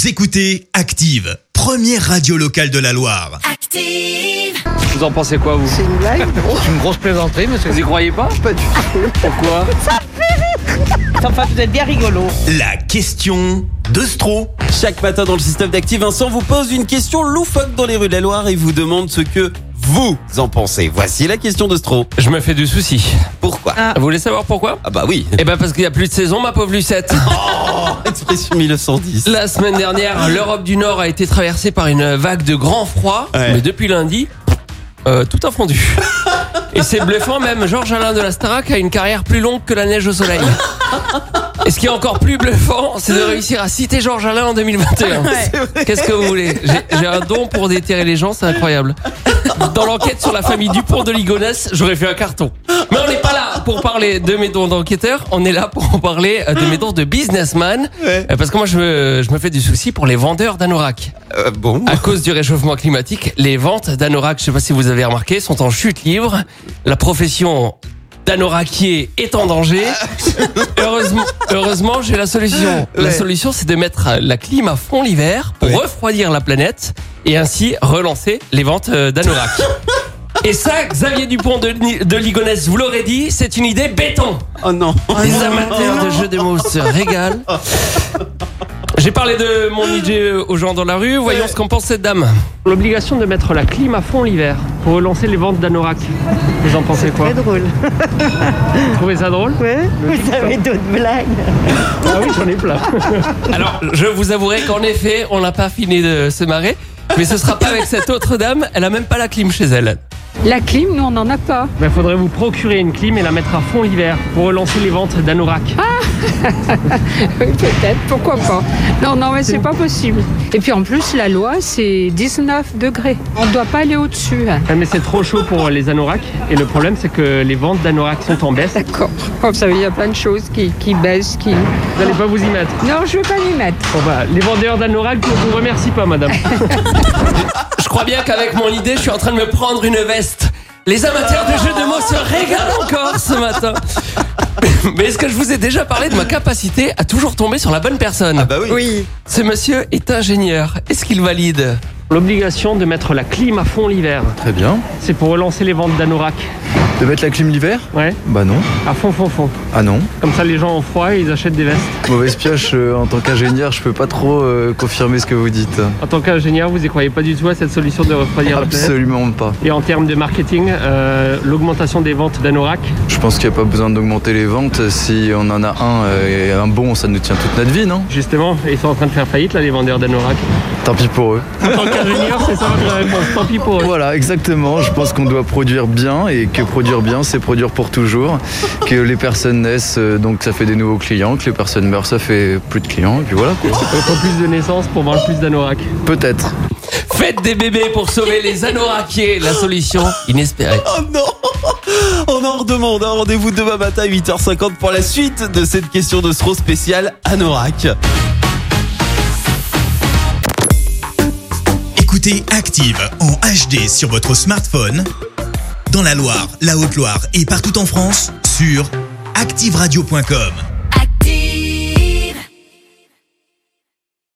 Vous écoutez Active, première radio locale de la Loire. Active. Vous en pensez quoi, vous? C'est une blague? C'est une grosse plaisanterie, monsieur. Vous y croyez pas? Pas du tout. Pourquoi? Enfin, vous êtes bien rigolo. La question de Stro. Chaque matin dans le système d'Active, Vincent vous pose une question loufoque dans les rues de la Loire et vous demande ce que vous en pensez. Voici la question de Stro. Je me fais du souci. Pourquoi? Vous voulez savoir pourquoi? Ah bah oui. Eh ben parce qu'il n'y a plus de saison, ma pauvre Lucette. Expression 1910. La semaine dernière, l'Europe du Nord a été traversée par une vague de grand froid. Ouais. Mais depuis lundi, tout a fondu. Et c'est bluffant, même Georges Alain de la Starac a une carrière plus longue que la neige au soleil. Et ce qui est encore plus bluffant, c'est de réussir à citer Georges Alain en 2021. Qu'est-ce que vous voulez? J'ai un don pour déterrer les gens, c'est incroyable. Dans l'enquête sur la famille Dupont de Ligonnès, j'aurais fait un carton. Mais on n'est pas là pour parler de mes dons d'enquêteur, on est là pour parler de mes dons de businessman. Ouais. Parce que moi, je me fais du souci pour les vendeurs d'anorak. Bon. À cause du réchauffement climatique, les ventes d'anorak, je sais pas si vous avez remarqué, sont en chute libre. La profession d'anorakier est en danger. Heureusement, j'ai la solution. La solution, c'est de mettre la clim à fond l'hiver pour refroidir la planète et ainsi relancer les ventes d'anorak. Et ça, Xavier Dupont de Ligonnès vous l'aurez dit, c'est une idée béton. Oh non. Les amateurs de jeux de mots se régalent. J'ai parlé de mon idée aux gens dans la rue. Voyons ce qu'en pense cette dame. L'obligation de mettre la clim à fond l'hiver pour relancer les ventes d'anorak. Vous en pensez quoi? Très drôle. Vous trouvez ça drôle? Ouais. Vous avez d'autres blagues? Ah oui, j'en ai plein. Alors, je vous avouerai qu'en effet, on n'a pas fini de se marrer. Mais ce sera pas avec cette autre dame. Elle a même pas la clim chez elle. La clim, nous, on n'en a pas. Il faudrait vous procurer une clim et la mettre à fond l'hiver pour relancer les ventes d'anorak. Oui, peut-être, pourquoi pas. Non, mais c'est pas possible. Et puis en plus, la loi, c'est 19 degrés. On ne doit pas aller au-dessus. Mais c'est trop chaud pour les anoraks. Et le problème, c'est que les ventes d'anorak sont en baisse. D'accord. Comme ça, il y a plein de choses qui baissent, qui... Vous n'allez pas vous y mettre? Non, je ne vais pas m'y mettre. Bon bah, les vendeurs d'anorak ne vous remercient pas, madame. Je crois bien qu'avec mon idée, je suis en train de me prendre une veste. Les amateurs de jeux de mots se régalent encore ce matin. Mais est-ce que je vous ai déjà parlé de ma capacité à toujours tomber sur la bonne personne? Ah bah oui. Oui. Ce monsieur est ingénieur. Est-ce qu'il valide? L'obligation de mettre la clim à fond l'hiver. Très bien. C'est pour relancer les ventes d'anorak. De mettre la clim l'hiver? Ouais, Bah non. à fond. Ah non. Comme ça, les gens ont froid et ils achètent des vestes. Mauvaise pioche, en tant qu'ingénieur, je peux pas trop confirmer ce que vous dites. En tant qu'ingénieur, vous y croyez pas du tout à cette solution de refroidir la planète? Absolument pas. Et en termes de marketing, l'augmentation des ventes d'anorak. Je pense qu'il n'y a pas besoin d'augmenter les ventes. Si on en a et un bon, ça nous tient toute notre vie, non? Justement, ils sont en train de faire faillite là, les vendeurs d'anorak. Tant pis pour eux. En tant qu'ingénieur, c'est ça votre réponse. Tant pis pour eux. Voilà, exactement. Je pense qu'on doit produire bien et que produire bien, c'est produire pour toujours. Que les personnes naissent, donc ça fait des nouveaux clients. Que les personnes meurent, ça fait plus de clients. Et puis voilà, quoi. Il faut plus de naissances pour vendre plus d'anorak. Peut-être. Faites des bébés pour sauver les anorakiers. La solution inespérée. Oh non. On en redemande un rendez-vous demain matin à 8h50 pour la suite de cette question de Stro spéciale anorak. Écoutez Active en HD sur votre smartphone, dans la Loire, la Haute-Loire et partout en France, sur activeradio.com.